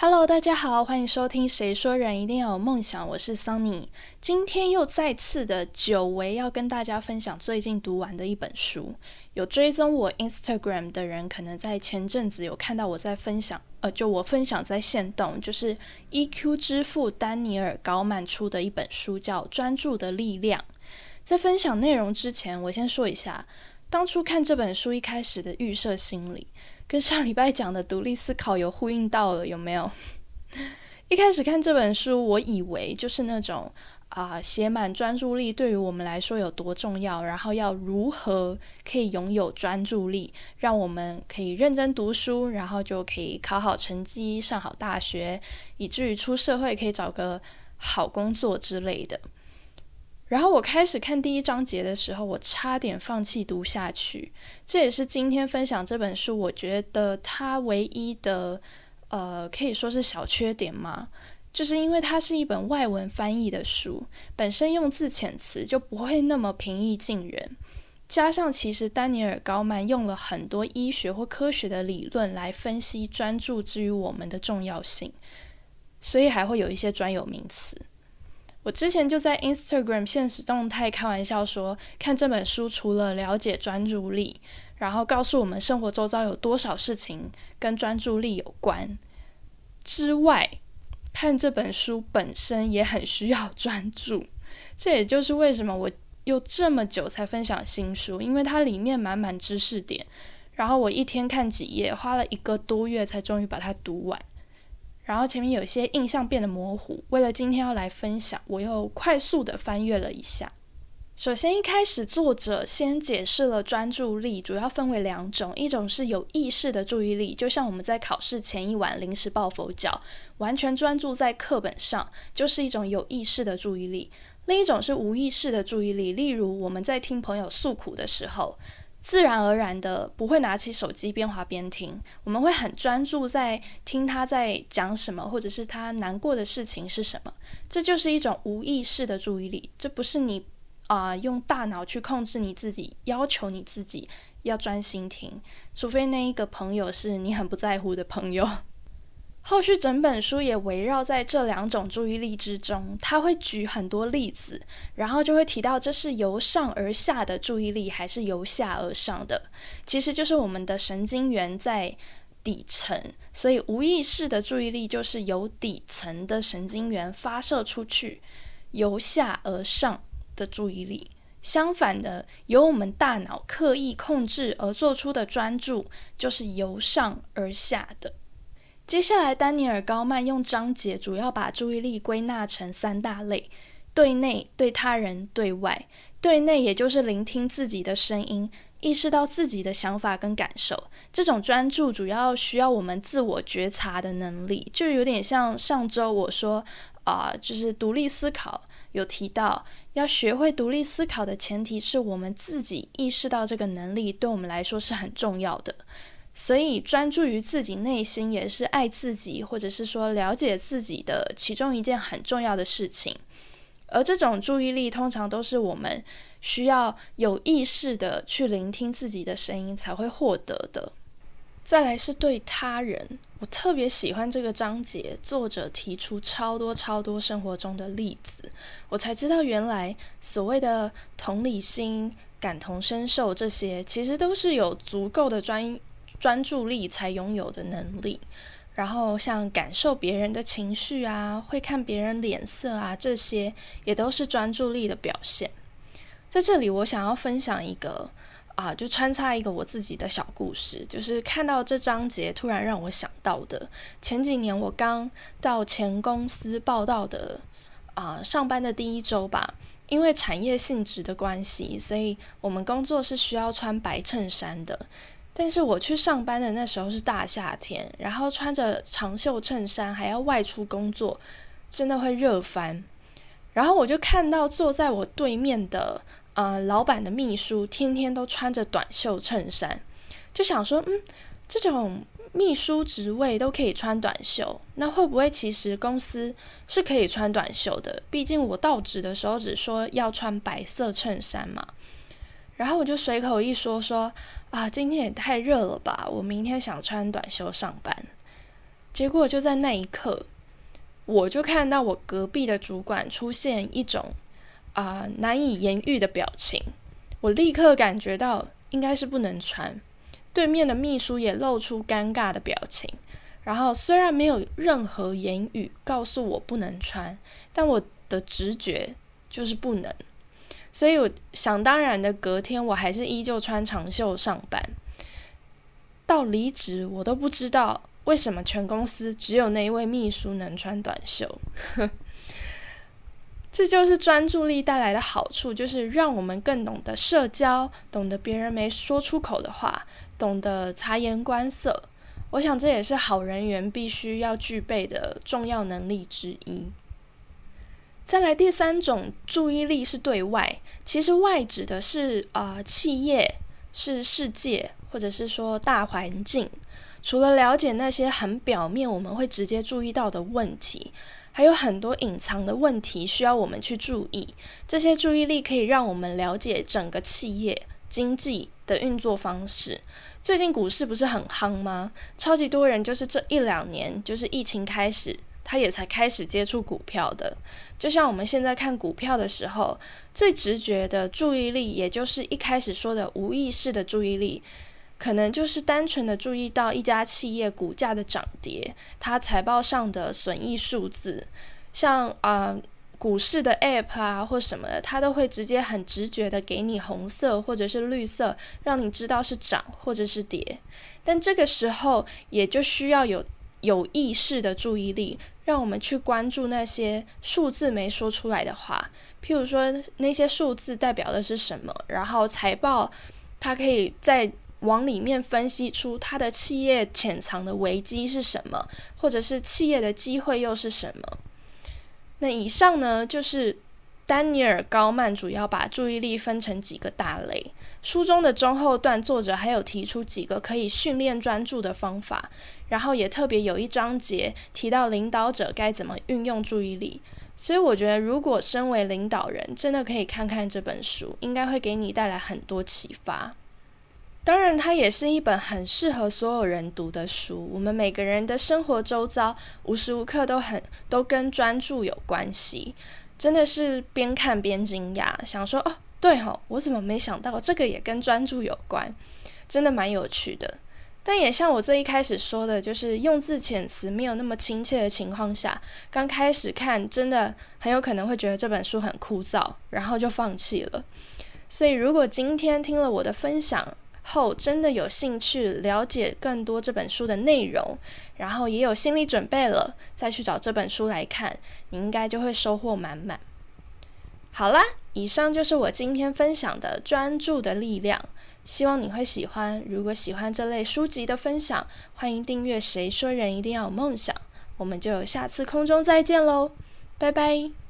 Hello， 大家好，欢迎收听谁说人一定要有梦想，我是 Sunny。今天又再次的久违要跟大家分享最近读完的一本书。有追踪我 Instagram 的人，可能在前阵子有看到我在分享，我分享在限动，就是 EQ 之父丹尼尔·高曼出的一本书，叫《专注的力量》。在分享内容之前，我先说一下，当初看这本书一开始的预设心理，跟上礼拜讲的独立思考有呼应到了，有没有？一开始看这本书，我以为就是那种写满专注力对于我们来说有多重要，然后要如何可以拥有专注力，让我们可以认真读书，然后就可以考好成绩，上好大学，以至于出社会可以找个好工作之类的。然后我开始看第一章节的时候，我差点放弃读下去。这也是今天分享这本书，我觉得它唯一的可以说是小缺点嘛，就是因为它是一本外文翻译的书，本身用字遣词就不会那么平易近人，加上其实丹尼尔·高曼用了很多医学或科学的理论来分析专注之于我们的重要性，所以还会有一些专有名词。我之前就在 Instagram 限时动态开玩笑说，看这本书除了了解专注力，然后告诉我们生活周遭有多少事情跟专注力有关之外，看这本书本身也很需要专注。这也就是为什么我又这么久才分享新书，因为它里面满满知识点，然后我一天看几页，花了1个多月才终于把它读完。然后前面有一些印象变得模糊，为了今天要来分享，我又快速的翻阅了一下。首先一开始作者先解释了专注力主要分为2种，一种是有意识的注意力，就像我们在考试前一晚临时抱佛脚，完全专注在课本上，就是一种有意识的注意力。另一种是无意识的注意力，例如我们在听朋友诉苦的时候，自然而然的不会拿起手机边滑边听，我们会很专注在听他在讲什么，或者是他难过的事情是什么。这就是一种无意识的注意力，这不是你用大脑去控制你自己，要求你自己要专心听，除非那一个朋友是你很不在乎的朋友。后续整本书也围绕在这2种注意力之中，他会举很多例子，然后就会提到这是由上而下的注意力还是由下而上的，其实就是我们的神经元在底层，所以无意识的注意力就是由底层的神经元发射出去，由下而上的注意力。相反的，由我们大脑刻意控制而做出的专注，就是由上而下的。接下来丹尼尔·高曼用章节主要把注意力归纳成3大类：对内、对他人、对外。对内也就是聆听自己的声音，意识到自己的想法跟感受。这种专注主要需要我们自我觉察的能力，就有点像上周我说就是独立思考有提到，要学会独立思考的前提是我们自己意识到这个能力对我们来说是很重要的。所以专注于自己内心也是爱自己，或者是说了解自己的其中一件很重要的事情。而这种注意力通常都是我们需要有意识的去聆听自己的声音才会获得的。再来是对他人，我特别喜欢这个章节，作者提出超多生活中的例子，我才知道原来所谓的同理心、感同身受这些，其实都是有足够的专注力才拥有的能力。然后像感受别人的情绪会看别人脸色这些也都是专注力的表现。在这里我想要分享一个就穿插一个我自己的小故事，就是看到这章节突然让我想到的。前几年我刚到前公司报到的上班的第1周吧，因为产业性质的关系，所以我们工作是需要穿白衬衫的。但是我去上班的那时候是大夏天，然后穿着长袖衬衫还要外出工作，真的会热翻。然后我就看到坐在我对面的老板的秘书天天都穿着短袖衬衫，就想说这种秘书职位都可以穿短袖，那会不会其实公司是可以穿短袖的？毕竟我到职的时候只说要穿白色衬衫嘛。然后我就随口一说今天也太热了吧，我明天想穿短袖上班。 结果就在那一刻，我就看到我隔壁的主管出现一种难以言喻的表情，我立刻感觉到应该是不能穿。对面的秘书也露出尴尬的表情，然后虽然没有任何言语告诉我不能穿，但我的直觉就是不能，所以我想当然的隔天我还是依旧穿长袖上班。到离职我都不知道为什么全公司只有那一位秘书能穿短袖。这就是专注力带来的好处，就是让我们更懂得社交，懂得别人没说出口的话，懂得察言观色。我想这也是好人缘必须要具备的重要能力之一。再来第三种注意力是对外，其实外指的是企业，是世界，或者是说大环境。除了了解那些很表面我们会直接注意到的问题，还有很多隐藏的问题需要我们去注意。这些注意力可以让我们了解整个企业经济的运作方式。最近股市不是很夯吗？超级多人就是这1-2年，就是疫情开始，他也才开始接触股票的。就像我们现在看股票的时候，最直觉的注意力，也就是一开始说的无意识的注意力，可能就是单纯的注意到一家企业股价的涨跌，它财报上的损益数字，像股市的 app 或什么的，它都会直接很直觉的给你红色或者是绿色，让你知道是涨或者是跌。但这个时候也就需要有意识的注意力，让我们去关注那些数字没说出来的话，譬如说那些数字代表的是什么，然后财报它可以再往里面分析出它的企业潜藏的危机是什么，或者是企业的机会又是什么。那以上呢，就是丹尼尔·高曼主要把注意力分成几个大类。书中的中后段，作者还有提出几个可以训练专注的方法，然后也特别有一章节提到领导者该怎么运用注意力。所以我觉得如果身为领导人，真的可以看看这本书，应该会给你带来很多启发。当然它也是一本很适合所有人读的书，我们每个人的生活周遭无时无刻都跟专注有关系，真的是边看边惊讶，想说对我怎么没想到这个也跟专注有关，真的蛮有趣的。但也像我最一开始说的，就是用字遣词没有那么亲切的情况下，刚开始看真的很有可能会觉得这本书很枯燥，然后就放弃了。所以如果今天听了我的分享后真的有兴趣了解更多这本书的内容，然后也有心理准备了再去找这本书来看，你应该就会收获满满。好啦，以上就是我今天分享的专注的力量，希望你会喜欢。如果喜欢这类书籍的分享，欢迎订阅谁说人一定要有梦想，我们就下次空中再见咯，拜拜。